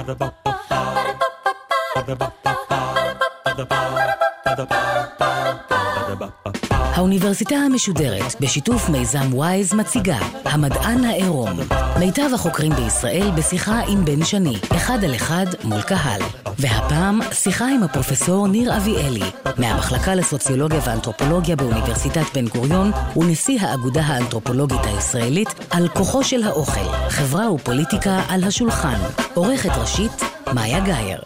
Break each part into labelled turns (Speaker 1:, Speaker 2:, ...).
Speaker 1: האוניברסיטה המשודרת בשיתוף מיזם וויז מציגה המדען העירום. מיטב החוקרים בישראל בשיחה עם בן שני, אחד על אחד מול קהל. והפעם שיחה עם הפרופסור ניר אביאלי, מהמחלקה לסוציולוגיה ואנתרופולוגיה באוניברסיטת בן גוריון ונשיא האגודה האנתרופולוגית הישראלית על כוחו של האוכל, חברה ופוליטיקה על השולחן. עורכת ראשית מאיה גייר.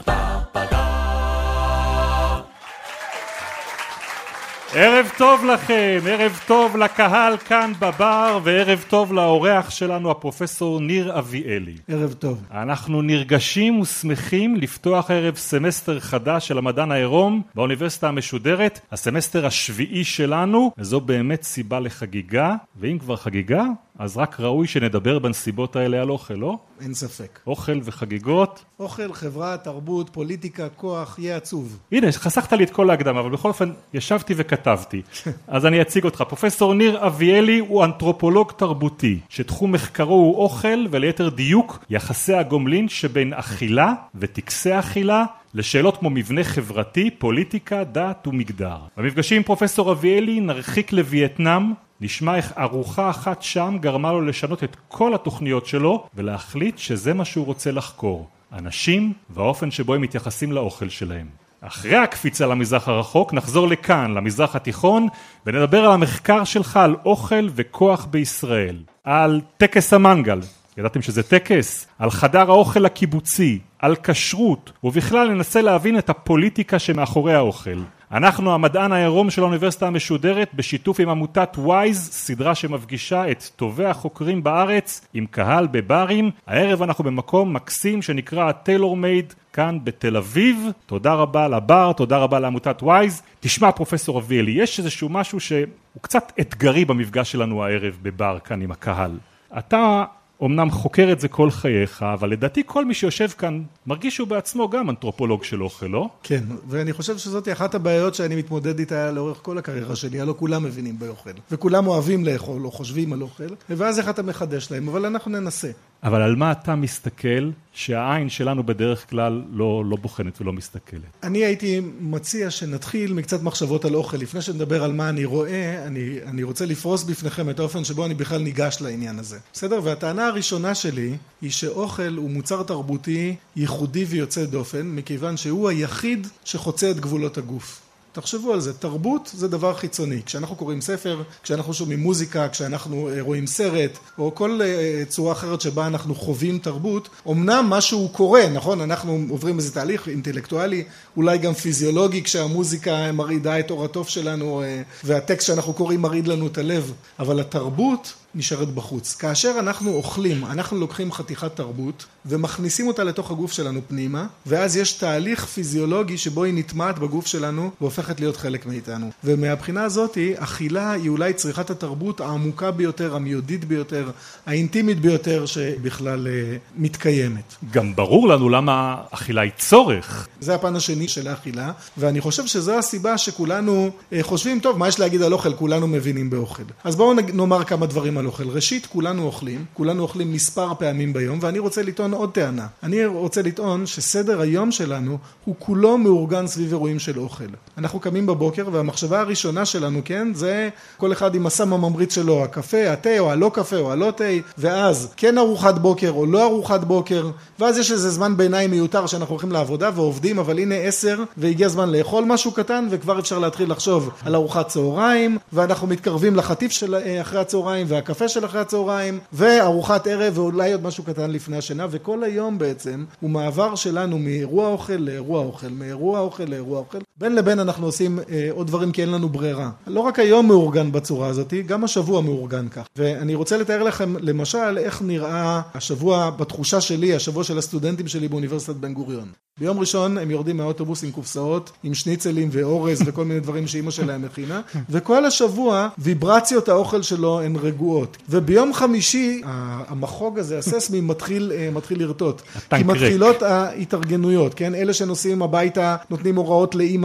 Speaker 2: ערב טוב לכם, ערב טוב לקהל כאן בבר, וערב טוב לאורח שלנו הפרופסור ניר אביאלי.
Speaker 3: ערב טוב.
Speaker 2: אנחנו נרגשים ושמחים לפתוח ערב סמסטר חדש של המדען העירום באוניברסיטה המשודרת, הסמסטר השביעי שלנו, וזו באמת סיבה לחגיגה, ואם כבר חגיגה, אז רק ראוי שנדבר בנסיבות האלה על אוכל, לא?
Speaker 3: אין ספק.
Speaker 2: אוכל וחגיגות.
Speaker 3: אוכל, חברה, תרבות, פוליטיקה, כוח, יהיה עצוב.
Speaker 2: הנה, חסכת לי את כל ההקדמה, אבל בכל אופן ישבתי וכתבתי. אז אני אציג אותך. פרופסור ניר אביאלי הוא אנתרופולוג תרבותי, שתחום מחקרו הוא אוכל, וליתר דיוק יחסי הגומלין שבין אכילה וטקסי אכילה, לשאלות כמו מבנה חברתי, פוליטיקה, דת ומגדר. במפגשים עם פרופסור אביאלי נרחיק לווייטנאם, נשמע איך ארוחה אחת שם גרמה לו לשנות את כל התוכניות שלו ולהחליט שזה מה שהוא רוצה לחקור. אנשים והאופן שבו הם מתייחסים לאוכל שלהם. אחרי הקפיצה למזרח הרחוק נחזור לכאן, למזרח התיכון, ונדבר על המחקר שלך על אוכל וכוח בישראל. על טקס המנגל. ידעתם שזה טקס? על חדר האוכל הקיבוצי, על כשרות, ובכלל ננסה להבין את הפוליטיקה שמאחורי האוכל. אנחנו המדען העירום של האוניברסיטה המשודרת בשיתוף עם עמותת וויז, סדרה שמפגישה את טובי החוקרים בארץ עם קהל בברים. הערב אנחנו במקום מקסים שנקרא טיילור מייד כאן בתל אביב. תודה רבה לבר, תודה רבה לעמותת וויז. תשמע פרופסור אביאלי, יש איזשהו משהו שהוא קצת אתגרי במפגש שלנו הערב בבר כאן עם הקהל. אתה אמנם חוקר את זה כל חייך, אבל לדעתי כל מי שיושב כאן מרגיש שהוא בעצמו גם אנתרופולוג של אוכל, לא?
Speaker 3: כן, ואני חושב שזאת אחת הבעיות שאני מתמודד איתה לאורך כל הקריירה שלי, לא כולם מבינים באוכל, וכולם אוהבים לאכול או חושבים על אוכל, ואז איך אתה מחדש להם, אבל אנחנו ננסה.
Speaker 2: אבל על מה אתה מסתכל שהעין שלנו בדרך כלל לא בוחנת ולא מסתכלת?
Speaker 3: אני הייתי מציע שנתחיל מקצת מחשבות על אוכל. לפני שנדבר על מה אני רואה, אני רוצה לפרוס בפניכם את האופן שבו אני בכלל ניגש לעניין הזה. בסדר? והטענה הראשונה שלי היא שאוכל הוא מוצר תרבותי ייחודי ויוצא דופן, מכיוון שהוא היחיד שחוצה את גבולות הגוף. תחשבו על זה, תרבות זה דבר חיצוני. כשאנחנו קוראים ספר, כשאנחנו שומעים מוזיקה, כשאנחנו רואים סרט, או כל צורה אחרת שבה אנחנו חווים תרבות, אמנם משהו קורה, נכון? אנחנו עוברים איזה תהליך אינטלקטואלי, אולי גם פיזיולוגי, כשהמוזיקה מרעידה את אור התוף שלנו, והטקסט שאנחנו קוראים מרעיד לנו את הלב, אבל התרבות נשארת בחוץ. כאשר אנחנו אוכלים, אנחנו לוקחים חתיכת תרבות ומכניסים אותה לתוך הגוף שלנו פנימה, ואז יש תהליך פיזיולוגי שבו היא נטמעת בגוף שלנו והופכת להיות חלק מאיתנו. ומהבחינה הזאת, אכילה היא אולי צריכת התרבות העמוקה ביותר, המיידית ביותר, האינטימית ביותר שבכלל מתקיימת.
Speaker 2: גם ברור לנו למה אכילה היא צורך.
Speaker 3: זה הפן השני של האכילה, ואני חושב שזו הסיבה שכולנו חושבים, טוב, מה יש להגיד על אוכל? כולנו מבינים באוכל. אז בואו נאמר כמה דברים על אוכל. ראשית, כולנו אוכלים מספר פעמים ביום, ואני רוצה לטעון עוד טענה. אני רוצה לטעון שסדר היום שלנו הוא כולו מאורגן סביב אירועים של אוכל. אנחנו קמים בבוקר, והמחשבה הראשונה שלנו, כן, זה כל אחד עם הסם הממריץ שלו, הקפה, התה, או הלא קפה, או הלא תה, ואז כן ארוחת בוקר, או לא ארוחת בוקר, ואז יש איזה זמן ביניים מיותר שאנחנו הולכים לעבודה ועובדים, אבל הנה 10, והגיע הזמן לאכול משהו קטן, וכבר אפשר להתחיל לחשוב על ארוחת צהריים, ואנחנו מתקרבים לחטיף של אחרי הצהריים, והקפה של אחרי הצהריים, וארוחת ערב, ואולי עוד משהו קטן לפני השינה, וכל היום בעצם הוא מעבר שלנו מאירוע אוכל לאירוע אוכל, מאירוע אוכל לאירוע אוכל. בין לבין אנחנו עושים עוד דברים כי אין לנו ברירה. לא רק היום מאורגן בצורה הזאת, גם השבוע מאורגן כך. ואני רוצה לתאר לכם למשל איך נראה השבוע בתחושה שלי, השבוע של הסטודנטים שלי באוניברסיטת בן גוריון. ביום ראשון הם יורדים מהאוטובוס עם קופסאות, עם שניצלים ואורז וכל מיני דברים שאמא שלהם מכינה, וכל השבוע ויברציות האוכל שלו הן רגועות. וביום חמישי המחוג הזה, הססמי, מתחיל לרטוט. כי מתחילות ההתארגנויות, כן? אלה שנוסעים הביתה נותנים הוראות לאמא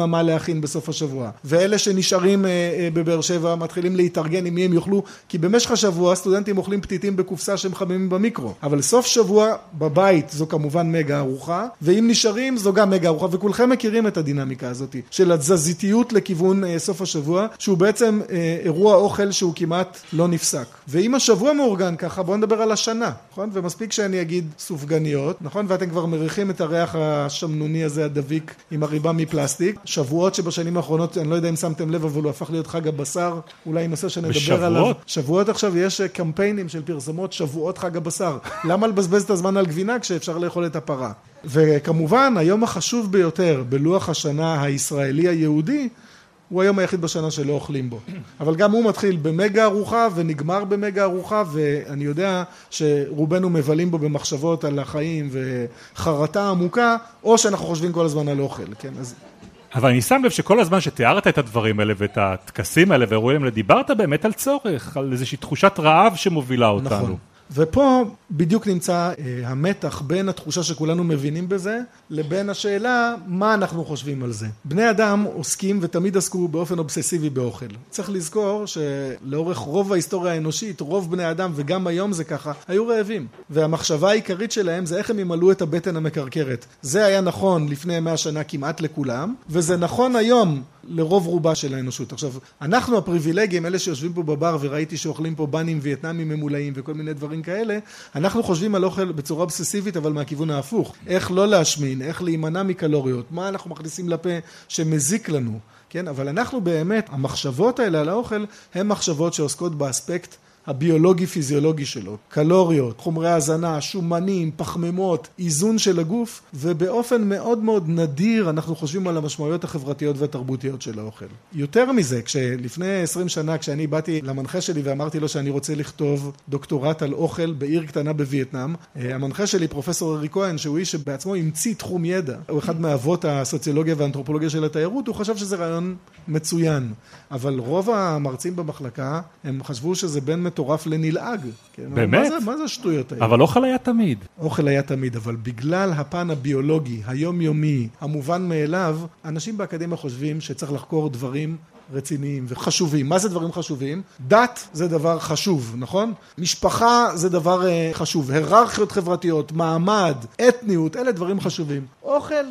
Speaker 3: קדימה מה להכין בסוף השבוע. ואלה שנשארים בבאר שבע מתחילים להתארגן עם מי הם יאכלו, כי במשך השבוע סטודנטים אוכלים פתיתים בקופסה שהם חממים במיקרו. אבל סוף שבוע בבית זו כמובן מגה ארוחה, ואם נשארים זו גם מגה ארוחה, וכולכם מכירים את הדינמיקה הזאת של התזזיתיות לכיוון סוף השבוע, שהוא בעצם אירוע אוכל שהוא כמעט לא נפסק. ואם השבוע מאורגן ככה, בואו נדבר על השנה, נכון? ומספיק שאני אגיד סופגניות, נכון? ואתם כבר מריחים את הריח השמנוני הזה הדביק עם הריבה מפלסטיק. שבועות שבשנים האחרונות, אני לא יודע אם שמתם לב, אבל הוא הפך להיות חג הבשר, אולי נושא שנדבר עליו. שבועות עכשיו יש קמפיינים של פרסומות, שבועות חג הבשר. למה לבזבז את הזמן על גבינה כשאפשר לאכול את הפרה? וכמובן, היום החשוב ביותר בלוח השנה הישראלי היהודי, הוא היום היחיד בשנה שלא אוכלים בו. אבל גם הוא מתחיל במגה ארוחה ונגמר במגה ארוחה, ואני יודע שרובנו מבלים בו במחשבות על החיים וחרטה עמוקה, או שאנחנו חושבים כל הזמן על אוכל, כן? אז...
Speaker 2: אבל אני שם לב שכל הזמן שתיארת את הדברים האלה ואת הטקסים האלה ואירועים האלה, דיברת באמת על צורך, על איזושהי תחושת רעב שמובילה אותנו.
Speaker 3: נכון. ופה בדיוק נמצא המתח בין התחושה שכולנו מבינים בזה, לבין השאלה מה אנחנו חושבים על זה. בני אדם עוסקים ותמיד עסקו באופן אובססיבי באוכל. צריך לזכור שלאורך רוב ההיסטוריה האנושית, רוב בני אדם, וגם היום זה ככה, היו רעבים. והמחשבה העיקרית שלהם זה איך הם ימלאו את הבטן המקרקרת. זה היה נכון לפני 100 שנה כמעט לכולם, וזה נכון היום לרוב רובה של האנושות. עכשיו, אנחנו הפריבילגים, אלה שיושבים פה בבר וראיתי שאוכלים פה בנים וייטנאמים ממולאים וכל מיני דברים כאלה, אנחנו חושבים על אוכל בצורה אובססיבית, אבל מהכיוון ההפוך. איך לא להשמין, איך להימנע מקלוריות, מה אנחנו מכניסים לפה שמזיק לנו, כן? אבל אנחנו באמת, המחשבות האלה על האוכל, הן מחשבות שעוסקות באספקט הביולוגי-פיזיולוגי שלו, קלוריות, חומרי הזנה, שומנים, פחמימות, איזון של הגוף, ובאופן מאוד מאוד נדיר אנחנו חושבים על המשמעויות החברתיות והתרבותיות של האוכל. יותר מזה, לפני 20 שנה, כשאני באתי למנחה שלי ואמרתי לו שאני רוצה לכתוב דוקטורט על אוכל בעיר קטנה בווייטנאם, המנחה שלי, פרופסור ארי כהן, שהוא איש שבעצמו המציא תחום ידע, הוא אחד מאבות הסוציולוגיה והאנתרופולוגיה של התיירות, הוא חשב שזה רעיון מצוין, אבל רוב המרצים במחלקה, הם חשבו שזה בין מטורף לנלעג. כן?
Speaker 2: באמת?
Speaker 3: מה זה השטויות האלה?
Speaker 2: אבל אוכל היה תמיד.
Speaker 3: אוכל היה תמיד, אבל בגלל הפן הביולוגי, היומיומי, המובן מאליו, אנשים באקדמיה חושבים שצריך לחקור דברים רציניים וחשובים. מה זה דברים חשובים? דת זה דבר חשוב, נכון? משפחה זה דבר חשוב. היררכיות חברתיות, מעמד, אתניות, אלה דברים חשובים. אוכל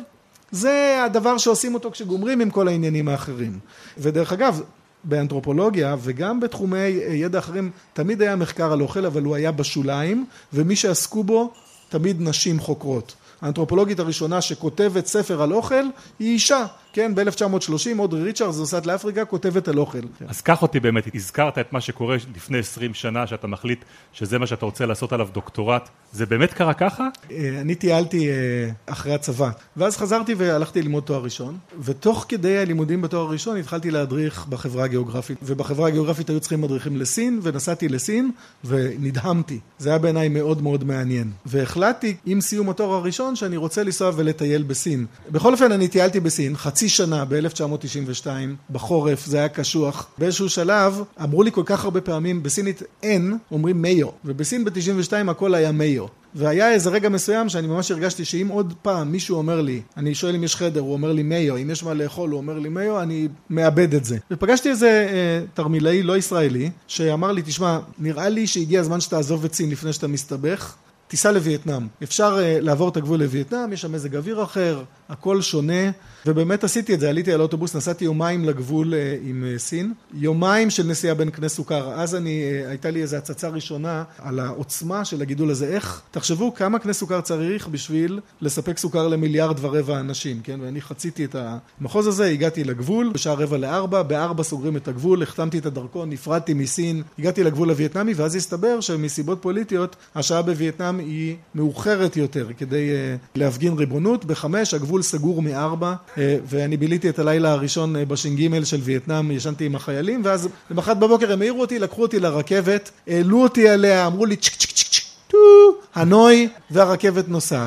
Speaker 3: זה הדבר שעושים אותו כשגומרים עם כל העניינים האחרים. ודרך אגב, באנתרופולוגיה וגם בתחומי ידע אחרים תמיד היה מחקר על אוכל, אבל הוא היה בשוליים, ומי שעסקו בו תמיד נשים חוקרות. האנתרופולוגית הראשונה שכותבת ספר על אוכל היא אישה, כן, ב-1930 אודרי ריצ'רדס נוסעת לאפריקה, כותבת על אוכל.
Speaker 2: אז קח אותי באמת, הזכרת את מה שקורה לפני 20 שנה, שאתה מחליט שזה מה שאתה רוצה לעשות עליו דוקטורט, זה באמת קרה ככה?
Speaker 3: אני טיילתי אחרי הצבא, ואז חזרתי והלכתי ללמוד תואר ראשון, ותוך כדי הלימודים בתואר הראשון התחלתי להדריך בחברה הגיאוגרפית, ובחברה הגיאוגרפית היו צריכים מדריכים לסין, ונסעתי לסין, ונדהמתי. זה היה בעיניי מאוד מאוד מעניין. והחלטתי עם סיום התואר הראשון שאני רוצה לנסוע ולטייל בסין. בכל אופן אני טיילתי בסין, חצי שנה ב-1992, בחורף, זה היה קשוח. באיזשהו שלב, אמרו לי כל כך הרבה פעמים, בסינית אין, אומרים מיו, ובסין ב-92 הכל היה מיו. והיה איזה רגע מסוים שאני ממש הרגשתי שאם עוד פעם מישהו אומר לי, אני שואל אם יש חדר, הוא אומר לי מיו, אם יש מה לאכול, הוא אומר לי מיו, אני מאבד את זה. ופגשתי איזה תרמילאי לא ישראלי, שאמר לי, תשמע, נראה לי שהגיע הזמן שתעזוב את סין לפני שאתה מסתבך, תיסע לווייטנאם. אפשר לעבור את הגבול לווייטנאם, יש שם איזה גביר אחר, הכל שונה, ובאמת עשיתי את זה, עליתי על אוטובוס, נסעתי יומיים לגבול עם סין, יומיים של נסיעה בין קנה סוכר, אז הייתה לי איזו הצצה ראשונה על העוצמה של הגידול הזה, איך, תחשבו כמה קנה סוכר צריך בשביל לספק סוכר ל1.25 מיליארד אנשים, כן? ואני חציתי את המחוז הזה, הגעתי לגבול, בשעה 3:45, ב-4 סוגרים את הגבול, החתמתי את הדרכון, נפרדתי מסין, הגעתי לגבול הווייטנאמי, ואז הסתבר שמסיבות פוליטיות, השעה בווייטנאם היא מאוחרת יותר, כדי להפגין ריבונות, ב-5 הגבול סגור מ-4, ואני ביליתי את הלילה הראשון בש"ג של וייטנאם, ישנתי עם החיילים, ואז למחרת בבוקר הם העירו אותי, לקחו אותי לרכבת, העלו אותי עליה, אמרו לי צ'ק צ'ק צ'ק צ'ק, הנוי, והרכבת נוסעת.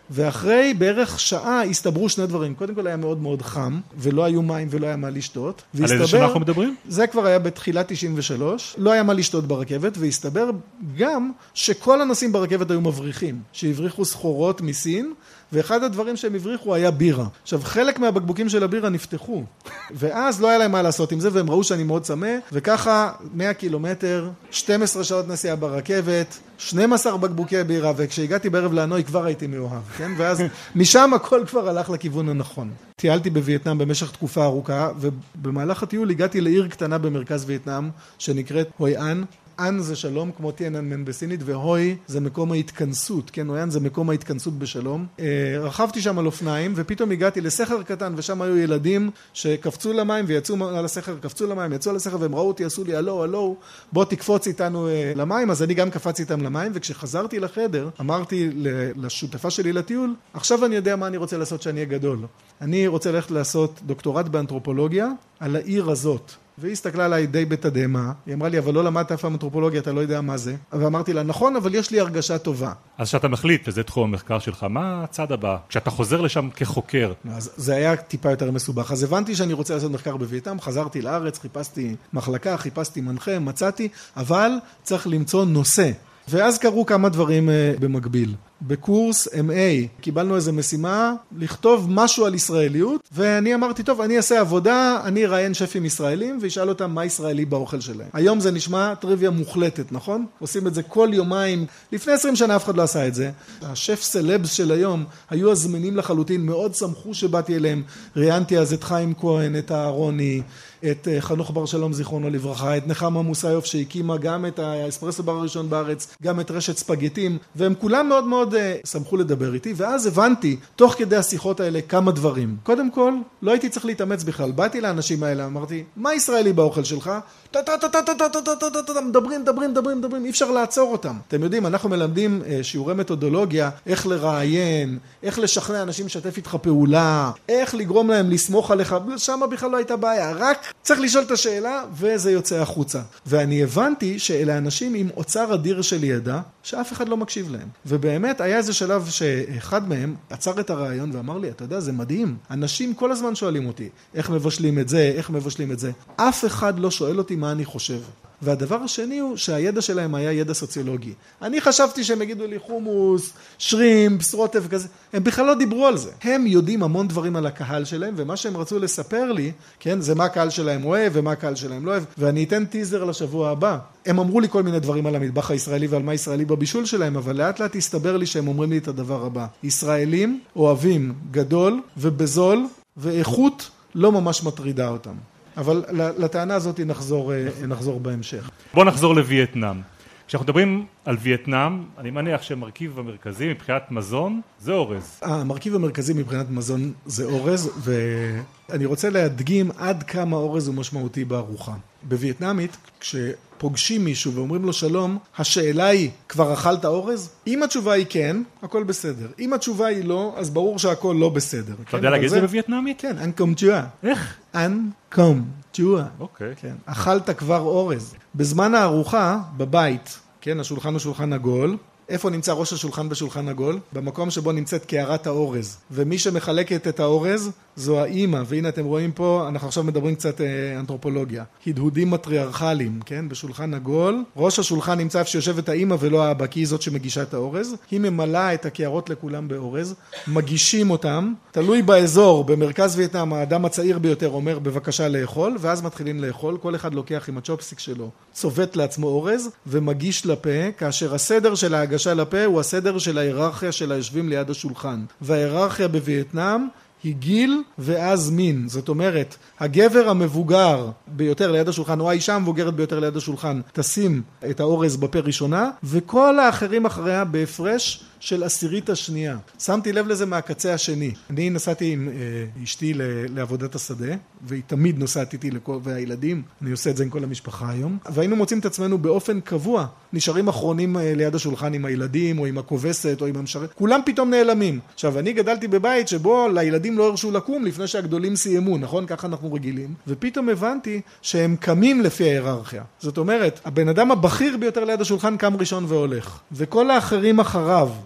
Speaker 3: ואחרי בערך שעה הסתברו שני דברים. קודם כל היה מאוד מאוד חם, ולא היו מים ולא היה מה לשתות.
Speaker 2: על איזה שנה אנחנו מדברים?
Speaker 3: זה כבר היה בתחילת 93, לא היה מה לשתות ברכבת, והסתבר גם שכל הנוסעים ברכבת היו מבריחים, שהבריחו סחורות מסין, ואחד הדברים שהם הבריחו היה בירה. עכשיו, חלק מהבקבוקים של הבירה נפתחו, ואז לא היה להם מה לעשות עם זה, והם ראו שאני מאוד צמא, וככה 100 קילומטר, 12 שעות נסיעה ברכבת, 12 בקבוקי בירה, וכשהגעתי בערב להנוי כבר הייתי מאוהב, כן? ואז משם הכל כבר הלך לכיוון הנכון. טיילתי בווייטנאם במשך תקופה ארוכה, ובמהלך הטיול הגעתי לעיר קטנה במרכז וייטנאם, שנקראת הוי אן. אן זה שלום, כמו טיאנאנמן בסינית, והוי זה מקום ההתכנסות, כן, הוי אן זה מקום ההתכנסות בשלום. רכבתי שם על אופניים, ופתאום הגעתי לסכר קטן, ושם היו ילדים שקפצו למים, ויצאו על הסכר, קפצו למים, יצאו על הסכר, והם ראו אותי, עשו לי, הלו, בוא תקפוץ איתנו למים, אז אני גם קפצתי איתם למים, וכשחזרתי לחדר, אמרתי לשותפה שלי לטיול, עכשיו אני יודע מה אני רוצה לעשות שאני אהיה גדול. אני רוצה ללכת לעשות דוקטורט באנתרופולוגיה על העיר הזאת. והיא הסתכלה עליי די בתדהמה, היא אמרה לי, אבל לא למדת אף אנתרופולוגיה, אתה לא יודע מה זה. ואמרתי לה, נכון, אבל יש לי הרגשה טובה.
Speaker 2: אז שאתה מחליט שזה תחום המחקר שלך, מה הצד הבא? כשאתה חוזר לשם כחוקר.
Speaker 3: אז זה היה טיפה יותר מסובך. אז הבנתי שאני רוצה לעשות מחקר בווייטנאם, חזרתי לארץ, חיפשתי מחלקה, חיפשתי מנחה, מצאתי, אבל צריך למצוא נושא. ואז קרו כמה דברים במקביל. בקורס MA קיבלנו איזו משימה לכתוב משהו על ישראליות, ואני אמרתי, טוב, אני אעשה עבודה, אני אראיין שפים ישראלים, וישאל אותם מה ישראלי באוכל שלהם. היום זה נשמע טריוויה מוחלטת, נכון? עושים את זה כל יומיים. לפני 20 שנה אף אחד לא עשה את זה. השף סלבס של היום היו הזמינים לחלוטין, מאוד שמחו שבאתי אליהם. ראיינתי אז את חיים כהן, את אהרוני, את חנוך בר שלום זיכרונו לברכה, את נחמה מוסיוף שהקימה גם את האספרסו בר הראשון בארץ, גם את רשת ספגטים, והם כולם מאוד מאוד שמחו לדבר איתי, ואז הבנתי תוך כדי השיחות האלה כמה דברים. קודם כל, לא הייתי צריך להתאמץ בכלל, באתי לאנשים האלה, אמרתי, מה ישראלי באוכל שלך? מדברים, אי אפשר לעצור אותם. אתם יודעים, אנחנו מלמדים שיעורי מתודולוגיה, איך לראיין, איך לשכנע אנשים לשתף איתך פעולה, איך לגרום להם לסמוך עליך, שם בכלל לא הייתה בעיה, רק צריך לשאול את השאלה וזה יוצא החוצה. ואני הבנתי שאלה אנשים עם אוצר אדיר של ידע, שאף אחד לא מקשיב להם. ובאמת היה איזה שלב שאחד מהם עצר את הרעיון ואמר לי, אתה יודע, זה מדהים. אנשים כל הזמן שואלים אותי, איך מבשלים את זה, איך מבשלים את זה. אף אחד לא שואל אותי מה אני חושב. והדבר השני הוא שהידע שלהם היה ידע סוציולוגי. אני חשבתי שהם יגידו לי חומוס, שרימפס, רוטב כזה. הם בכלל לא דיברו על זה. הם יודעים המון דברים על הקהל שלהם, ומה שהם רצו לספר לי, כן, זה מה הקהל שלהם אוהב ומה הקהל שלהם לא אוהב. ואני אתן טיזר לשבוע הבא. הם אמרו לי כל מיני דברים על המטבח הישראלי ועל מה ישראלי בבישול שלהם, אבל לאט לאט הסתבר לי שהם אומרים לי את הדבר הבא. ישראלים אוהבים גדול ובזול, ואיכות לא ממש מטרידה אותם. אבל לטענה הזאת נחזור בהמשך.
Speaker 2: בוא נחזור לווייטנאם. כשאנחנו מדברים על וייטנאם, אני מניח שהמרכיב המרכזי מבחינת מזון זה אורז.
Speaker 3: המרכיב המרכזי מבחינת מזון זה אורז, ואני רוצה להדגים עד כמה אורז הוא משמעותי בארוחה. בווייטנאמית, כשפוגשים מישהו ואומרים לו שלום, השאלה היא, כבר אכלת אורז? אם התשובה היא כן, הכל בסדר. אם התשובה היא לא, אז ברור שהכל לא בסדר.
Speaker 2: אתה יודע להגיד את זה בווייטנאמית?
Speaker 3: כן, אנקום צ'ואה.
Speaker 2: איך?
Speaker 3: אנקום צ'ואה.
Speaker 2: אוקיי.
Speaker 3: כן, אכלת כבר אורז. בזמן הארוחה, בבית, כן, השולחן הוא שולחן עגול. איפה נמצא ראש השולחן בשולחן עגול? במקום שבו נמצאת קערת האורז. ומי שמחלקת את האורז זו האימא. והנה אתם רואים פה, אנחנו עכשיו מדברים קצת אנתרופולוגיה. הדהודים מטריארכליים, כן? בשולחן עגול. ראש השולחן נמצא איפה שיושבת האימא ולא האבא, כי היא זאת שמגישה את האורז. היא ממלאה את הקערות לכולם באורז. מגישים אותם. תלוי באזור, במרכז וייטנאם, האדם הצעיר ביותר אומר בבקשה לאכול, ואז מתחילים לאכול. כל אחד לוקח עם הצ'ופסטיק שלו, צובט לעצמו אורז ומגיש לפה, כאשר הסדר של ההגשה לפה הוא הסדר של ההיררכיה של היושבים ליד השולחן. וההיררכיה בווייטנאם היא גיל ואז מין. זאת אומרת, הגבר המבוגר ביותר ליד השולחן, או האישה המבוגרת ביותר ליד השולחן, תשים את האורז בפה ראשונה, וכל האחרים אחריה בהפרש של עשירית השנייה. שמתי לב לזה מהקצה השני. אני נסעתי עם אשתי לעבודת השדה, והיא תמיד נוסעת איתי והילדים, אני עושה את זה עם כל המשפחה היום, והיינו מוצאים את עצמנו באופן קבוע, נשארים אחרונים ליד השולחן עם הילדים, או עם הכובסת, או עם המשרת, כולם פתאום נעלמים. עכשיו, אני גדלתי בבית שבו לילדים לא הרשו לקום לפני שהגדולים סיימו, נכון? ככה אנחנו רגילים. ופתאום הבנתי שהם קמים לפי ההיררכיה. זאת אומרת, הבן אדם הבכיר ביותר ליד השולחן קם ראשון והולך, וכל האחרים אחריו.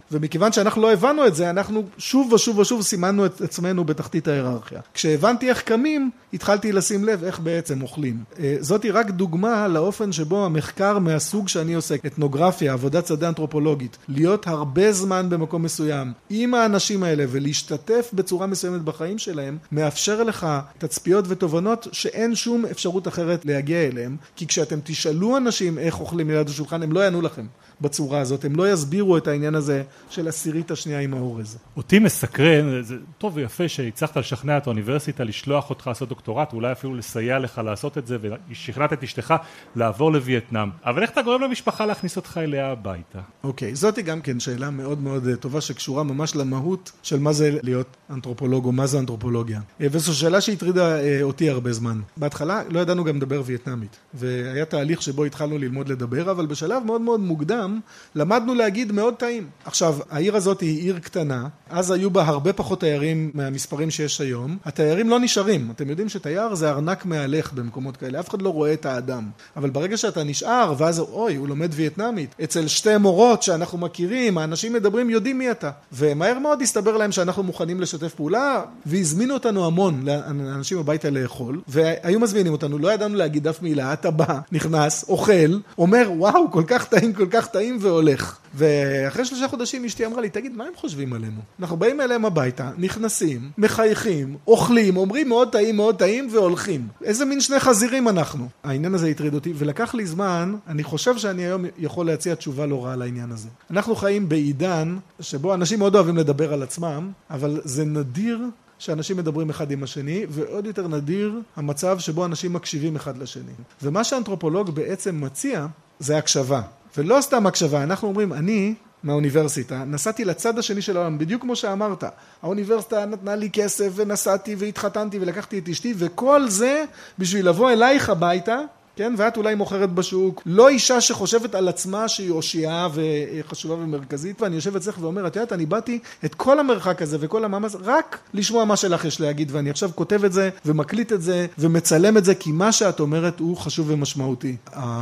Speaker 3: ומכיוון שאנחנו לא הבנו את זה, אנחנו שוב ושוב ושוב סימנו את עצמנו בתחתית ההיררכיה. כשהבנתי איך קמים, התחלתי לשים לב איך בעצם אוכלים. זאת היא רק דוגמה לאופן שבו המחקר מהסוג שאני עוסק, אתנוגרפיה, עבודת שדה אנתרופולוגית, להיות הרבה זמן במקום מסוים עם האנשים האלה ולהשתתף בצורה מסוימת בחיים שלהם, מאפשר לך תצפיות ותובנות שאין שום אפשרות אחרת להגיע אליהם, כי כשאתם תשאלו אנשים איך אוכלים ליד השולחן, הם לא יענו לכם בצורה הזאת, הם לא יסבירו את העניין הזה של עשירית השנייה עם האורז.
Speaker 2: אותי מסקרן, זה טוב ויפה שהצלחת לשכנע את האוניברסיטה, לשלוח אותך לעשות דוקטורט, אולי אפילו לסייע לך לעשות את זה, ושכנעת את אשתך לעבור לווייטנאם. אבל איך אתה גורם למשפחה להכניס אותך אליה הביתה?
Speaker 3: אוקיי, זאת היא גם כן שאלה מאוד מאוד טובה, שקשורה ממש למהות של מה זה להיות אנתרופולוג, או מה זה אנתרופולוגיה. וזו שאלה שהטרידה אותי הרבה זמן. בהתחלה לא ידענו גם לדבר וייטנאמית, והיה תהליך שבו התחלנו ללמוד לדבר, אבל בשלב מאוד מאוד מוקדם למדנו להגיד מאוד טעים. עכשיו, העיר הזאת היא עיר קטנה, אז היו בה הרבה פחות תיירים מהמספרים שיש היום. התיירים לא נשארים. אתם יודעים שתייר זה ארנק מהלך במקומות כאלה, אף אחד לא רואה את האדם. אבל ברגע שאתה נשאר, ואז אוי, הוא לומד וייטנאמית, אצל שתי מורות שאנחנו מכירים, האנשים מדברים, יודעים מי אתה. ומהר מאוד הסתבר להם שאנחנו מוכנים לשתף פעולה, והזמינו אותנו המון לאנשים הביתה לאכול, והיו מזמינים אותנו, לא ידענו להגיד אף מילה, אתה בא, נכנס, אוכל, אומר, וואו, כל כך טעים והולך. ואחרי 3 חודשים אשתי אמרה לי, תגיד, מה הם חושבים עלינו? אנחנו באים אליהם הביתה, נכנסים, מחייכים, אוכלים, אומרים מאוד טעים והולכים. איזה מין שני חזירים אנחנו? העניין הזה הטריד אותי, ולקח לי זמן, אני חושב שאני היום יכול להציע תשובה לא רעה לעניין הזה. אנחנו חיים בעידן שבו אנשים מאוד אוהבים לדבר על עצמם, אבל זה נדיר שאנשים מדברים אחד עם השני, ועוד יותר נדיר המצב שבו אנשים מקשיבים אחד לשני. ומה שהאנתרופולוג בעצם מציע, זה הקשבה. ולא סתם הקשבה, אנחנו אומרים, אני מהאוניברסיטה נסעתי לצד השני של העולם, בדיוק כמו שאמרת. האוניברסיטה נתנה לי כסף ונסעתי והתחתנתי ולקחתי את אשתי, וכל זה בשביל לבוא אלייך הביתה, כן? ואת אולי מוכרת בשוק. לא אישה שחושבת על עצמה שהיא אושייה וחשובה ומרכזית, ואני יושב אצלך ואומר, את יודעת, אני באתי את כל המרחק הזה וכל המאמץ, רק לשמוע מה שלך יש להגיד, ואני עכשיו כותב את זה ומקליט את זה ומצלם את זה, כי מה שאת אומרת הוא חשוב ומשמעותי.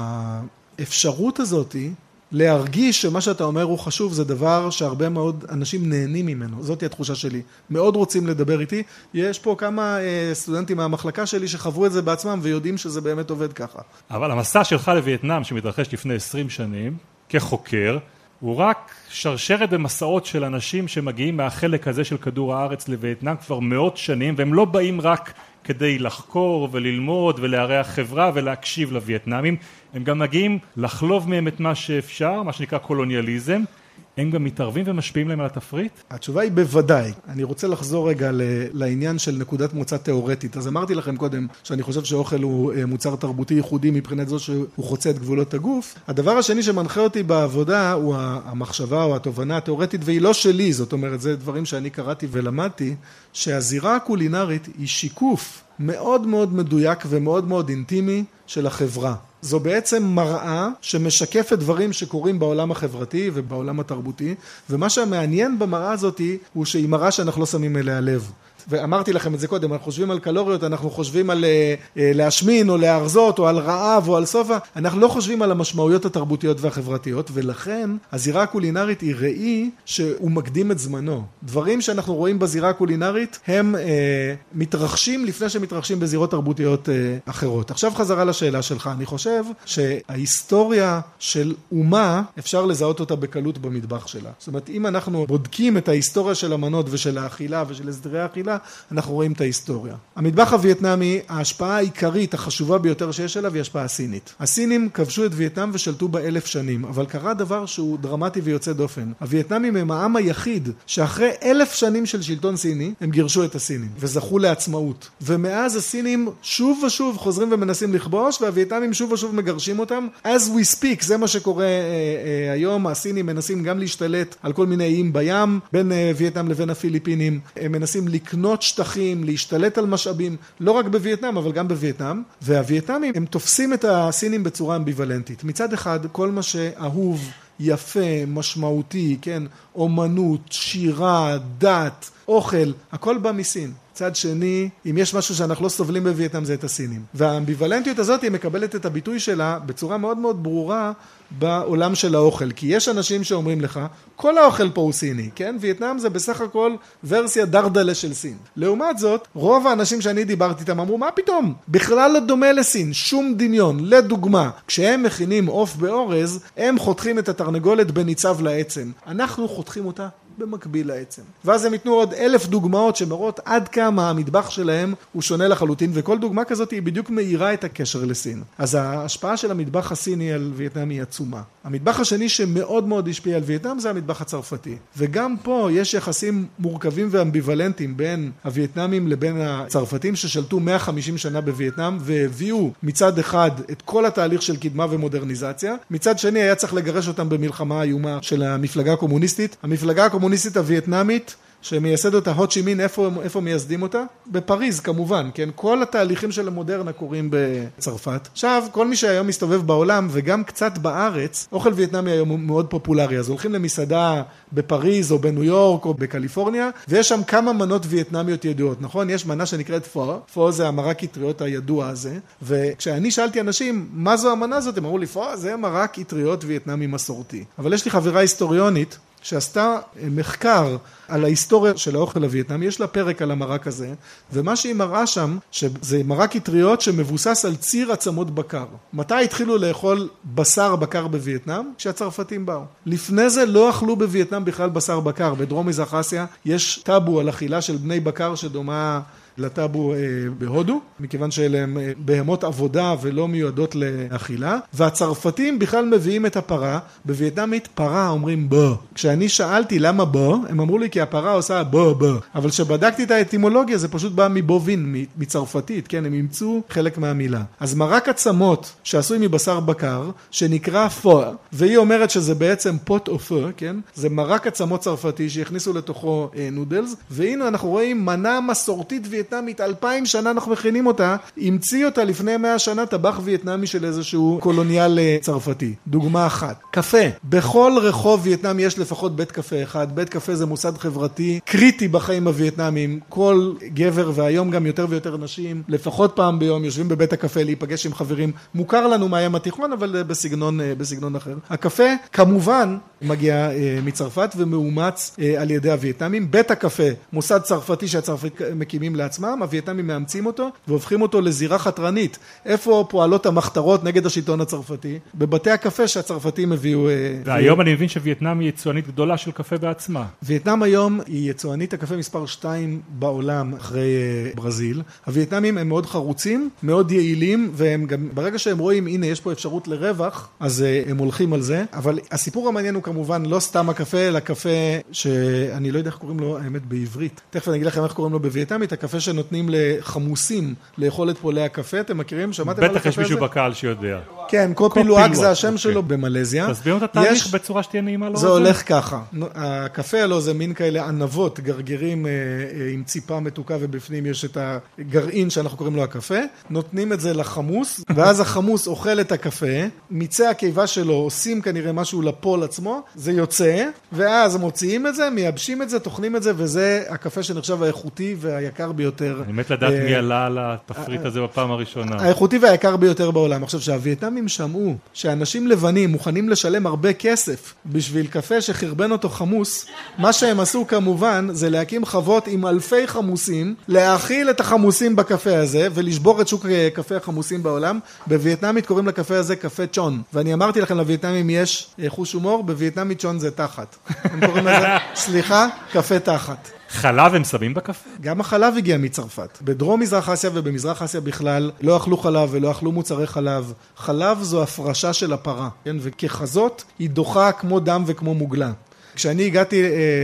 Speaker 3: האפשרות הזאת היא להרגיש שמה שאתה אומר הוא חשוב, זה דבר שהרבה מאוד אנשים נהנים ממנו. זאת היא התחושה שלי. מאוד רוצים לדבר איתי. יש פה כמה סטודנטים מהמחלקה שלי שחוו את זה בעצמם ויודעים שזה באמת עובד ככה.
Speaker 2: אבל המסע שלך לווייטנאם שמתרחש לפני 20 שנים, כחוקר, הוא רק שרשרת במסעות של אנשים שמגיעים מהחלק הזה של כדור הארץ לווייטנאם כבר מאות שנים, והם לא באים רק כדי לחקור וללמוד ולארח חברה ולהקשיב לווייטנאמים, הם גם מגיעים לחלוב מהם את מה שאפשר, מה שנקרא קולוניאליזם, הם גם מתערבים ומשפיעים להם על התפריט? התשובה
Speaker 3: היא בוודאי. אני רוצה לחזור רגע לעניין של נקודת מוצא תיאורטית. אז אמרתי לכם קודם שאני חושב שאוכל הוא מוצר תרבותי ייחודי מבחינת זו שהוא חוצה את גבולות הגוף. הדבר השני שמנחה אותי בעבודה הוא המחשבה או התובנה התיאורטית, והיא לא שלי, זאת אומרת, זה דברים שאני קראתי ולמדתי, שהזירה הקולינרית היא שיקוף מאוד מאוד מדויק ומאוד מאוד אינטימי של החברה. זו בעצם מראה שמשקפת דברים שקורים בעולם החברתי ובעולם התרבותי, ומה שהמעניין במראה הזאת הוא שהיא מראה שאנחנו לא שמים אליה לב. ואמרתי לכם את זה קודם, אנחנו חושבים על קלוריות, אנחנו חושבים על להשמין או להרזות או על רעב או על סופה, אנחנו לא חושבים על המשמעויות התרבותיות והחברתיות, ולכן הזירה הקולינרית היא ראי שהוא מקדים את זמנו. דברים שאנחנו רואים בזירה הקולינרית הם מתרחשים לפני שמתרחשים בזירות תרבותיות אחרות. עכשיו חזרה לשאלה שלך, אני חושב שההיסטוריה של אומה אפשר לזהות אותה בקלות במטבח שלה. זאת אומרת, אם אנחנו בודקים את ההיסטוריה של המנות ושל האכילה ושל הסדרי האכילה, אנחנו רואים את ההיסטוריה. המטבח הווייטנאמי, ההשפעה העיקרית, החשובה ביותר שיש עליו, היא השפעה סינית. הסינים כבשו את וייטנאם ושלטו בה 1000 שנים, אבל קרה דבר שהוא דרמטי ויוצא דופן. הווייטנאמים הם העם היחיד שאחרי 1000 שנים של שלטון סיני, הם גירשו את הסינים וזכו לעצמאות. ומאז הסינים שוב ושוב חוזרים ומנסים לכבוש, והווייטנאמים שוב ושוב מגרשים אותם. As we speak, זה מה שקורה היום. הסינים מנסים גם להשתלט על כל מיני איים בים, בין וייטנאם לבין הפיליפינים. הם מנסים לקנות שטחים, להשתלט על משאבים, לא רק בווייטנאם, אבל גם בווייטנאם. והווייטנאמים, הם תופסים את הסינים בצורה אמביוולנטית. מצד אחד, כל מה שאהוב, יפה, משמעותי, כן, אומנות, שירה, דת, אוכל, הכל בא מסין. צד שני, אם יש משהו שאנחנו לא סובלים בווייטנאם, זה את הסינים. והאמביוולנטיות הזאת היא מקבלת את הביטוי שלה בצורה מאוד מאוד ברורה בעולם של האוכל, כי יש אנשים שאומרים לך, כל האוכל פה הוא סיני, כן? וייטנאם זה בסך הכל ורסיה דרדלה של סין. לעומת זאת, רוב האנשים שאני דיברתי איתם אמרו, מה פתאום? בכלל לא דומה לסין, שום דמיון. לדוגמה, כשהם מכינים עוף באורז, הם חותכים את התרנגולת בניצב לעצם. אנחנו חותכים אותה במקביל לעצם. ואז הם ייתנו עוד 1000 דוגמאות שמראות עד כמה המטבח שלהם הוא שונה לחלוטין, וכל דוגמה כזאת היא בדיוק מאירה את הקשר לסין. אז ההשפעה של המטבח הסיני על וייטנאם היא עצומה. המטבח השני שמאוד מאוד השפיע על וייטנאם זה המטבח הצרפתי. וגם פה יש יחסים מורכבים ואמביוולנטיים בין הווייטנאמים לבין הצרפתים ששלטו 150 שנה בווייטנאם והביאו מצד אחד את כל התהליך של קדמה ומודרניזציה. מצד שני היה צריך לגרש אותם במלחמה האיומה של המפלגה הקומוניסטית. המפלגה הקומוניסטית הווייטנאמית שמייסד אותה הו צ'י מין, איפה מייסדים אותה? בפריז כמובן, כן? כל התהליכים של המודרנה קורים בצרפת. עכשיו, כל מי שהיום מסתובב בעולם וגם קצת בארץ, אוכל וייטנאמי היום מאוד פופולרי, אז הולכים למסעדה בפריז או בניו יורק או בקליפורניה, ויש שם כמה מנות וייטנאמיות ידועות, נכון? יש מנה שנקראת פו, פו זה המרק אטריות הידוע הזה, וכשאני שאלתי אנשים, מה זו המנה הזאת? הם אמרו לי, פו זה מרק אטריות וייטנאמי מסורתי. אבל יש לי חברה היסטוריונית, שעשתה מחקר על ההיסטוריה של האוכל הווייטנאמי, יש לה פרק על המרק הזה, ומה שהיא מראה שם, שזה מרק אטריות שמבוסס על ציר עצמות בקר. מתי התחילו לאכול בשר בקר בווייטנאם? כשהצרפתים באו. לפני זה לא אכלו בווייטנאם בכלל בשר בקר. בדרום מזרח אסיה יש טאבו על אכילה של בני בקר שדומה לטאבו בהודו, מכיוון שאלה הם בהמות עבודה ולא מיועדות לאכילה, והצרפתים בכלל מביאים את הפרה, בווייטנאמית פרה אומרים בו. כשאני שאלתי למה בו, הם אמרו לי כי הפרה עושה בו. אבל כשבדקתי את האטימולוגיה זה פשוט בא מבובין, מצרפתית, כן, הם ימצאו חלק מהמילה. אז מרק עצמות שעשוי מבשר בקר, שנקרא פו, והיא אומרת שזה בעצם פוט או פו, כן, זה מרק עצמות צרפתי שהכניסו לתוכו נודלס, והנה אנחנו רואים מנה מסורתית וייטנאמית, 2000 שנה אנחנו מכינים אותה, המציא אותה לפני 100 שנה טבח וייטנאמי של איזשהו קולוניאל צרפתי. דוגמה אחת. קפה. בכל רחוב וייטנאם יש לפחות בית קפה אחד. בית קפה זה מוסד חברתי קריטי בחיים הווייטנאמים. כל גבר והיום גם יותר ויותר נשים, לפחות פעם ביום יושבים בבית הקפה להיפגש עם חברים. מוכר לנו מהים התיכון, אבל בסגנון אחר. הקפה כמובן מגיע מצרפת ומאומץ על ידי הווייטנאמים. בית הקפה, מוסד צרפתי שהצרפתים מקימים לעצמם, הווייטנאמים מאמצים אותו והופכים אותו לזירה חתרנית. איפה פועלות המחתרות נגד השלטון הצרפתי? בבתי הקפה שהצרפתים הביאו.
Speaker 2: והיום אני מבין שווייטנאם היא יצואנית גדולה של קפה בעצמה.
Speaker 3: וייטנאם היום היא יצואנית הקפה מספר 2 בעולם אחרי ברזיל. הווייטנאמים הם מאוד חרוצים, מאוד יעילים, והם גם ברגע שהם רואים, הנה יש פה אפשרות לרווח, אז הם הולכים על זה. אבל הסיפור המעניין הוא כמובן לא סתם הקפה, אלא קפה שאני לא יודע איך קוראים לו האמת בעברית. תכף אני אגיד לכם איך קוראים לו בווייטנאמית, הקפה שנותנים לחמוסים לאכול את פולי הקפה, אתם מכירים? שמעתם על הקפה הזה?
Speaker 2: בטח יש מישהו בקהל שיודע.
Speaker 3: כן, קופי לואק זה השם שלו במלזיה.
Speaker 2: תסבירו את התהליך בצורה שתהיה נעימה לו.
Speaker 3: זה הולך ככה. הקפה לו זה מין כאלה ענבות, גרגירים עם ציפה מתוקה ובפנים יש את הגרעין שאנחנו קוראים לו הקפה. נותנים את זה לחמוס, ואז החמוס אוכל את הקפה, מיצי הקיבה שלו עושים כנראה משהו לפול עצמו, זה יוצא, ואז מוציאים את זה, מייבשים את זה, טוחנים את זה, וזה הקפה שנחשב האיכותי והיקר ביותר.
Speaker 2: אני מת לדעת מי עלה על התפריט הזה בפעם הראשונה.
Speaker 3: האיכותי והיקר ביותר בעולם. עכשיו שהווייטנאמים שמעו שאנשים לבנים מוכנים לשלם הרבה כסף בשביל קפה שחרבן אותו חמוס, מה שהם עשו כמובן זה להקים חוות עם אלפי חמוסים, להאכיל את החמוסים בקפה הזה ולשבור את שוק קפה החמוסים בעולם. בווייטנאמית קוראים לקפה הזה קפה צ'ון. ואני אמרתי לכם לווייטנאמים יש חוש הומור, בווייטנאמית צ'ון זה תחת. הם קוראים לזה, סליחה, קפה תחת.
Speaker 2: חלב הם שמים בקפה?
Speaker 3: גם החלב הגיע מצרפת. בדרום מזרח אסיה ובמזרח אסיה בכלל לא אכלו חלב ולא אכלו מוצרי חלב. חלב זו הפרשה של הפרה, כן? וככזאת היא דוחה כמו דם וכמו מוגלה. כשאני הגעתי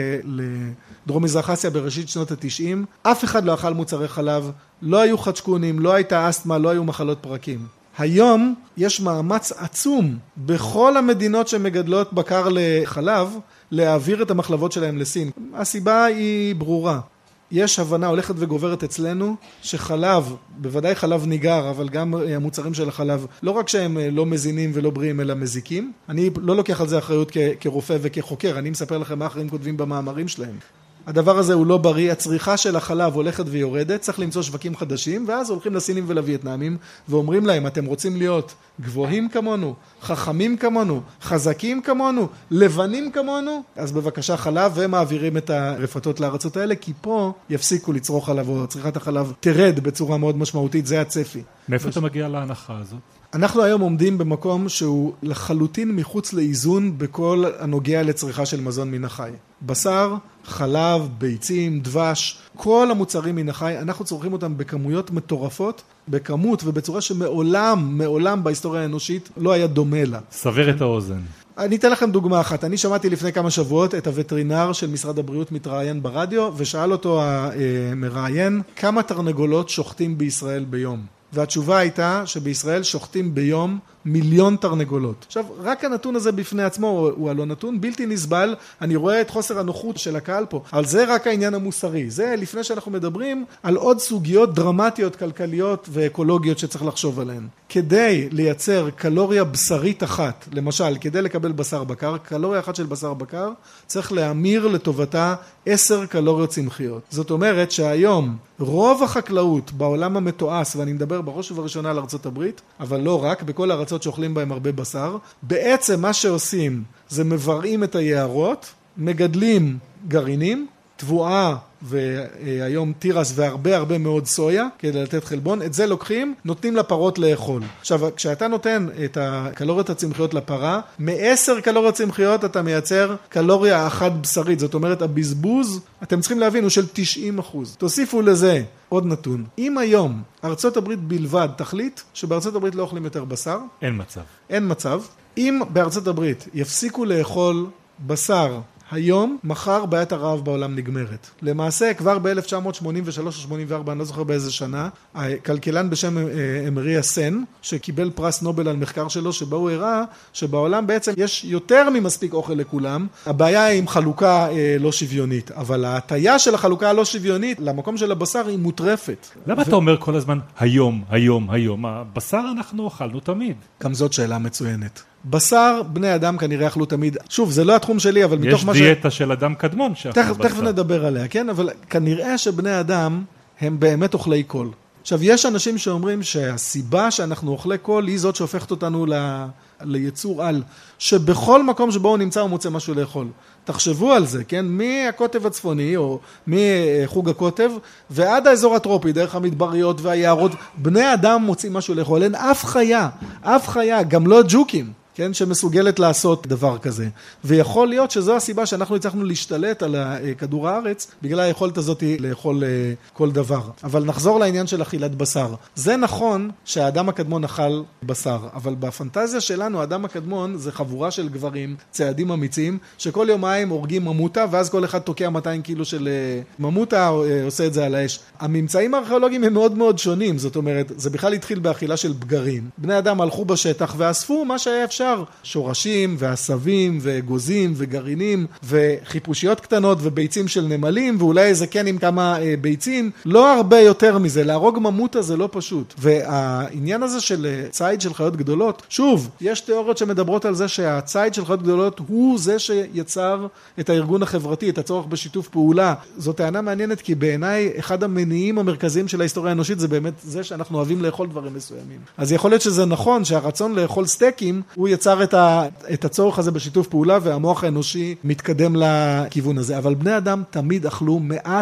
Speaker 3: לדרום מזרח אסיה בראשית שנות ה-90, אף אחד לא אכל מוצרי חלב, לא היו חדשקונים, לא הייתה אסתמה, לא היו מחלות פרקים. היום יש מאמץ עצום בכל המדינות שמגדלות בקר לחלב, להעביר את המחלבות שלהם לסין. הסיבה היא ברורה. יש הבנה הולכת וגוברת אצלנו שחלב, בוודאי חלב ניגר, אבל גם המוצרים של החלב, לא רק שהם לא מזינים ולא בריאים אלא מזיקים. אני לא לוקח על זה אחריות כרופא וכחוקר, אני מספר לכם מה אחרים כותבים במאמרים שלהם. הדבר הזה הוא לא בריא, הצריכה של החלב הולכת ויורדת, צריך למצוא שווקים חדשים, ואז הולכים לסינים ולווייטנאמים, ואומרים להם, אתם רוצים להיות גבוהים כמונו, חכמים כמונו, חזקים כמונו, לבנים כמונו, אז בבקשה חלב, ומעבירים את הרפתות לארצות האלה, כי פה יפסיקו לצרוך חלב, או צריכת החלב תרד בצורה מאוד משמעותית, זה הצפי.
Speaker 2: מאיפה אתה מגיע להנחה הזאת?
Speaker 3: אנחנו היום עומדים במקום שהוא לחלוטין מחוץ לאיזון בכל הנוגע לצריכה של מזון מן החי. בשר, חלב, ביצים, דבש, כל המוצרים מן החי, אנחנו צורכים אותם בכמויות מטורפות, בכמות ובצורה שמעולם בהיסטוריה האנושית לא היה דומה לה.
Speaker 2: סבר את האוזן.
Speaker 3: אני אתן לכם דוגמה אחת. אני שמעתי לפני כמה שבועות את הווטרינר של משרד הבריאות מתראיין ברדיו, ושאל אותו המראיין, כמה תרנגולות שוחטים בישראל ביום? והתשובה הייתה שבישראל שוחטים ביום 1,000,000 תרנגולות. עכשיו, רק הנתון הזה בפני עצמו הוא הלא נתון, בלתי נסבל. אני רואה את חוסר הנוחות של הקהל פה. על זה רק העניין המוסרי. זה לפני שאנחנו מדברים על עוד סוגיות דרמטיות, כלכליות ואקולוגיות שצריך לחשוב עליהן. כדי לייצר קלוריה בשרית אחת, למשל, כדי לקבל בשר בקר, קלוריה אחת של בשר בקר, צריך להמיר לטובתה 10 קלוריות צמחיות. זאת אומרת שהיום רוב החקלאות בעולם המתועש, ואני מדבר בראש ובראשונה על ארצות הברית, אבל לא רק, בכל הארצות שאוכלים בהם הרבה בשר, בעצם מה שעושים זה מבראים את היערות, מגדלים גרעינים, תבואה והיום תירס והרבה מאוד סויה כדי לתת חלבון, את זה לוקחים, נותנים לפרות לאכול. עכשיו, כשאתה נותן את הקלוריות הצמחיות לפרה, מ10 קלוריות צמחיות אתה מייצר קלוריה אחת בשרית, זאת אומרת הבזבוז, אתם צריכים להבין, הוא של 90%. תוסיפו לזה עוד נתון. אם היום ארצות הברית בלבד תחליט שבארצות הברית לא אוכלים יותר בשר, אין מצב. אם בארצות הברית יפסיקו לאכול בשר היום, מחר בעיית הרעב בעולם נגמרת. למעשה, כבר ב-1983 או 84, אני לא זוכר באיזה שנה, הכלכלן בשם אמריה סן, שקיבל פרס נובל על מחקר שלו, שבו הוא הראה שבעולם בעצם יש יותר ממספיק אוכל לכולם. הבעיה היא עם חלוקה לא שוויונית, אבל ההטיה של החלוקה הלא שוויונית למקום של הבשר היא מוטרפת.
Speaker 2: למה אתה אומר כל הזמן היום? הבשר אנחנו אכלנו תמיד.
Speaker 3: גם זאת שאלה מצוינת. בשר, בני אדם כנראה אכלו תמיד. שוב, זה לא התחום שלי, אבל מתוך מה
Speaker 2: יש דיאטה של אדם קדמון שאכלו בשר.
Speaker 3: תכף נדבר עליה, כן? אבל כנראה שבני אדם הם באמת אוכלי קול. עכשיו, יש אנשים שאומרים שהסיבה שאנחנו אוכלי קול היא זאת שהופכת אותנו ליצור על, שבכל מקום שבו הוא נמצא הוא מוצא משהו לאכול. תחשבו על זה, כן? מהקוטב הצפוני או מחוג הקוטב ועד האזור הטרופי, דרך המדבריות והיערות, בני אדם מוצאים משהו לאכול. אין אף חיה, גם לא ג'וקים. כן, שמסוגלת לעשות דבר כזה. ויכול להיות שזו הסיבה שאנחנו הצלחנו להשתלט על כדור הארץ, בגלל היכולת הזאת לאכול כל דבר. אבל נחזור לעניין של אכילת בשר. זה נכון שהאדם הקדמון אכל בשר, אבל בפנטזיה שלנו, האדם הקדמון זה חבורה של גברים, צעדים אמיצים, שכל יומיים הורגים ממוטה, ואז כל אחד תוקע 200 קילו של ממוטה, עושה את זה על האש. הממצאים הארכיאולוגיים הם מאוד מאוד שונים, זאת אומרת, זה בכלל התחיל באכילה של בגרים. בני אדם הלכו בשטח ואספו מה שהיה אפשר. שורשים ועשבים וגוזים וגרעינים וחיפושיות קטנות וביצים של נמלים ואולי איזה כן עם כמה ביצים, לא הרבה יותר מזה. להרוג ממוטה זה לא פשוט. והעניין הזה של ציד של חיות גדולות, שוב, יש תיאוריות שמדברות על זה שהציד של חיות גדולות הוא זה שיצר את הארגון החברתי, את הצורך בשיתוף פעולה. זו טענה מעניינת כי בעיניי אחד המניעים המרכזיים של ההיסטוריה האנושית זה באמת זה שאנחנו אוהבים לאכול דברים מסוימים. אז יכול להיות שזה נכון שהרצון לאכול סטייקים הוא יצר את הצורך הזה בשיתוף פעולה, והמוח האנושי מתקדם לכיוון הזה. אבל בני אדם תמיד אכלו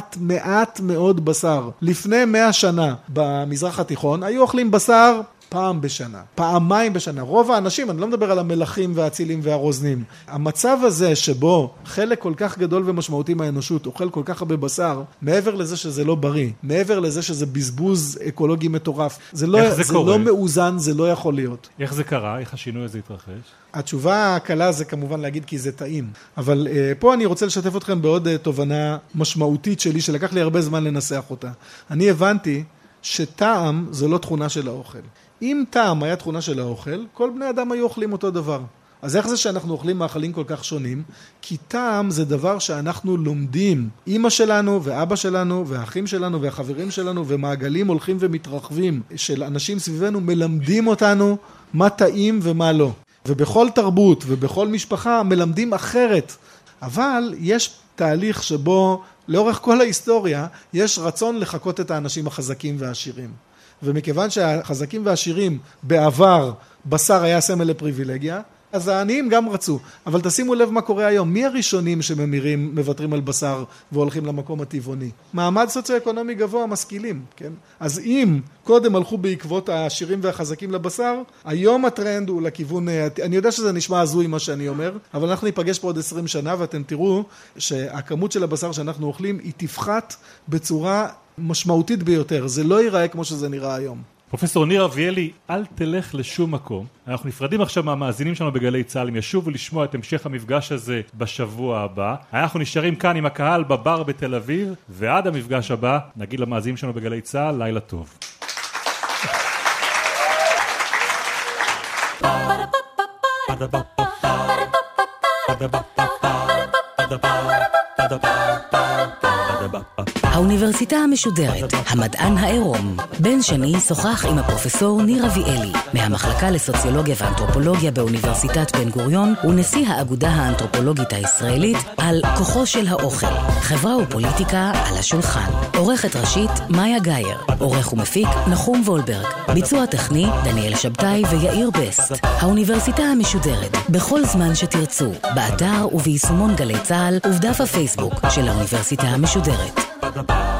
Speaker 3: מעט מאוד בשר. לפני 100 שנה במזרח התיכון היו אוכלים בשר פעם בשנה, פעמיים בשנה. רוב האנשים, אני לא מדבר על המלכים והאצילים והרוזנים. המצב הזה שבו חלק כל כך גדול ומשמעותי מהאנושות אוכל כל כך הרבה בשר, מעבר לזה שזה לא בריא, מעבר לזה שזה בזבוז אקולוגי מטורף, זה לא מאוזן, זה לא יכול להיות.
Speaker 2: איך זה קרה? איך השינוי הזה התרחש?
Speaker 3: התשובה הקלה זה כמובן להגיד כי זה טעים. אבל פה אני רוצה לשתף אתכם בעוד תובנה משמעותית שלי, שלקח לי הרבה זמן לנסח אותה. אני הבנתי שטעם זו לא תכונה של האוכל. אם טעם היה תכונה של האוכל, כל בני אדם היו אוכלים אותו דבר. אז איך זה שאנחנו אוכלים מאכלים כל כך שונים? כי טעם זה דבר שאנחנו לומדים. אמא שלנו ואבא שלנו והאחים שלנו והחברים שלנו ומעגלים הולכים ומתרחבים של אנשים סביבנו מלמדים אותנו מה טעים ומה לא. ובכל תרבות ובכל משפחה מלמדים אחרת. אבל יש תהליך שבו לאורך כל ההיסטוריה יש רצון לחקות את האנשים החזקים והעשירים. ומכיוון שהחזקים והעשירים בעבר בשר היה סמל לפריבילגיה, אז העניים גם רצו. אבל תשימו לב מה קורה היום. מי הראשונים שממירים, מוותרים על בשר והולכים למקום הטבעוני? מעמד סוציו-אקונומי גבוה, משכילים, כן? אז אם קודם הלכו בעקבות העשירים והחזקים לבשר, היום הטרנד הוא לכיוון, אני יודע שזה נשמע הזוי מה שאני אומר, אבל אנחנו ניפגש פה עוד 20 שנה ואתם תראו שהכמות של הבשר שאנחנו אוכלים היא תפחת בצורה משמעותית ביותר. זה לא ייראה כמו שזה נראה היום.
Speaker 2: פרופסור ניר אביאלי, אל תלך לשום מקום. אנחנו נפרדים עכשיו מהמאזינים שלנו בגלי צהל, הם ישובו לשמוע את המשך המפגש הזה בשבוע הבא. אנחנו נשארים כאן עם הקהל בבר בתל אביב, ועד המפגש הבא נגיד למאזינים שלנו בגלי צהל, לילה טוב.
Speaker 1: האוניברסיטה המשודרת, המדען העירום. בן שני שוחח עם הפרופסור ניר אביאלי, מהמחלקה לסוציולוגיה ואנתרופולוגיה באוניברסיטת בן גוריון, ונשיא האגודה האנתרופולוגית הישראלית, על כוחו של האוכל, חברה ופוליטיקה על השולחן. עורכת ראשית, מאיה גייר. עורך ומפיק, נחום וולברג. ביצוע טכני, דניאל שבתאי ויאיר בסט. האוניברסיטה המשודרת, בכל זמן שתרצו, באתר וביישומון גלי צהל ובדף הפייסבוק של האוניברסיטה המשודרת.